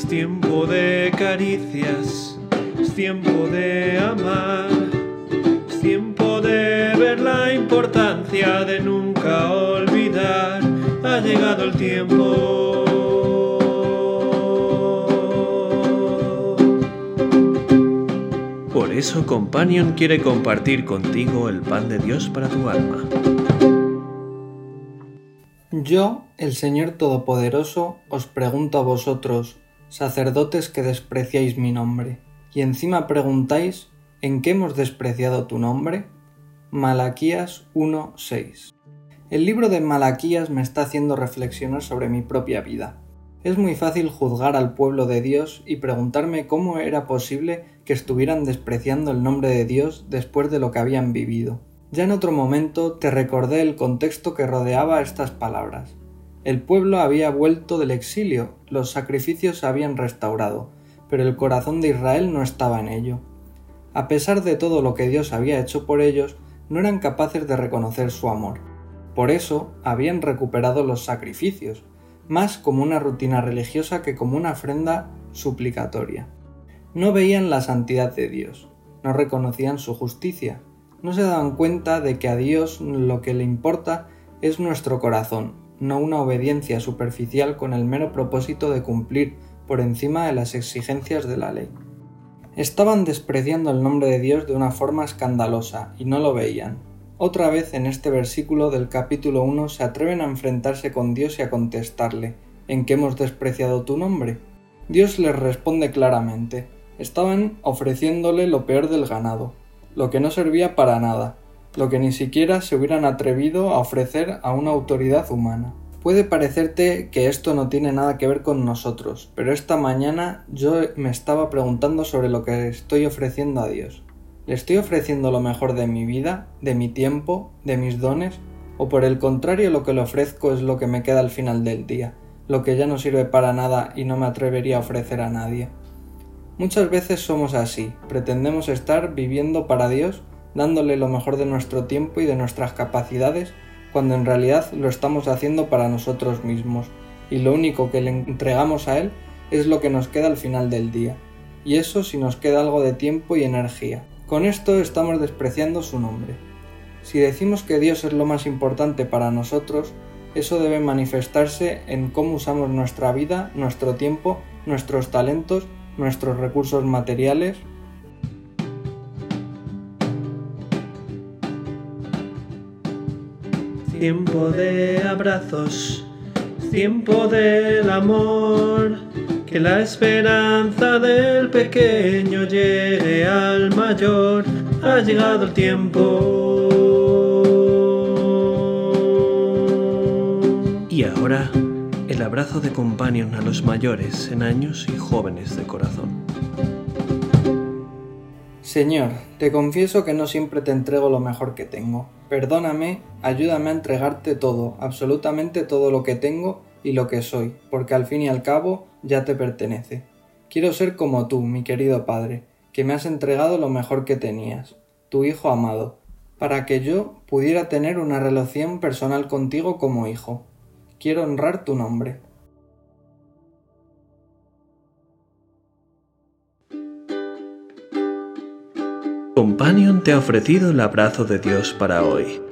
tiempo de caricias, es tiempo de amar, es tiempo de ver la importancia de nunca olvidar. Ha llegado el tiempo. Por eso Companion quiere compartir contigo el pan de Dios para tu alma. Yo, el Señor Todopoderoso, os pregunto a vosotros, sacerdotes que despreciáis mi nombre, y encima preguntáis, ¿en qué hemos despreciado tu nombre? Malaquías 1:6. El libro de Malaquías me está haciendo reflexionar sobre mi propia vida. Es muy fácil juzgar al pueblo de Dios y preguntarme cómo era posible que estuvieran despreciando el nombre de Dios después de lo que habían vivido. Ya en otro momento te recordé el contexto que rodeaba estas palabras. El pueblo había vuelto del exilio, los sacrificios se habían restaurado, pero el corazón de Israel no estaba en ello. A pesar de todo lo que Dios había hecho por ellos, no eran capaces de reconocer su amor. Por eso habían recuperado los sacrificios, más como una rutina religiosa que como una ofrenda suplicatoria. No veían la santidad de Dios, no reconocían su justicia, no se daban cuenta de que a Dios lo que le importa es nuestro corazón, no una obediencia superficial con el mero propósito de cumplir por encima de las exigencias de la ley. Estaban despreciando el nombre de Dios de una forma escandalosa y no lo veían. Otra vez en este versículo del capítulo 1 se atreven a enfrentarse con Dios y a contestarle, ¿en qué hemos despreciado tu nombre? Dios les responde claramente, estaban ofreciéndole lo peor del ganado, lo que no servía para nada, lo que ni siquiera se hubieran atrevido a ofrecer a una autoridad humana. Puede parecerte que esto no tiene nada que ver con nosotros, pero esta mañana yo me estaba preguntando sobre lo que estoy ofreciendo a Dios. ¿Le estoy ofreciendo lo mejor de mi vida, de mi tiempo, de mis dones? ¿O por el contrario lo que le ofrezco es lo que me queda al final del día, lo que ya no sirve para nada y no me atrevería a ofrecer a nadie? Muchas veces somos así, pretendemos estar viviendo para Dios, dándole lo mejor de nuestro tiempo y de nuestras capacidades, cuando en realidad lo estamos haciendo para nosotros mismos, y lo único que le entregamos a Él es lo que nos queda al final del día, y eso si nos queda algo de tiempo y energía. Con esto estamos despreciando su nombre. Si decimos que Dios es lo más importante para nosotros, eso debe manifestarse en cómo usamos nuestra vida, nuestro tiempo, nuestros talentos, nuestros recursos materiales. Tiempo de abrazos, tiempo del amor, que la esperanza del pequeño llegue al mayor. Ha llegado el tiempo. Y ahora, el abrazo de Companion a los mayores en años y jóvenes de corazón. Señor, te confieso que no siempre te entrego lo mejor que tengo. Perdóname, ayúdame a entregarte todo, absolutamente todo lo que tengo y lo que soy, porque al fin y al cabo ya te pertenece. Quiero ser como tú, mi querido Padre, que me has entregado lo mejor que tenías, tu Hijo amado, para que yo pudiera tener una relación personal contigo como hijo. Quiero honrar tu nombre. Companion te ha ofrecido el abrazo de Dios para hoy.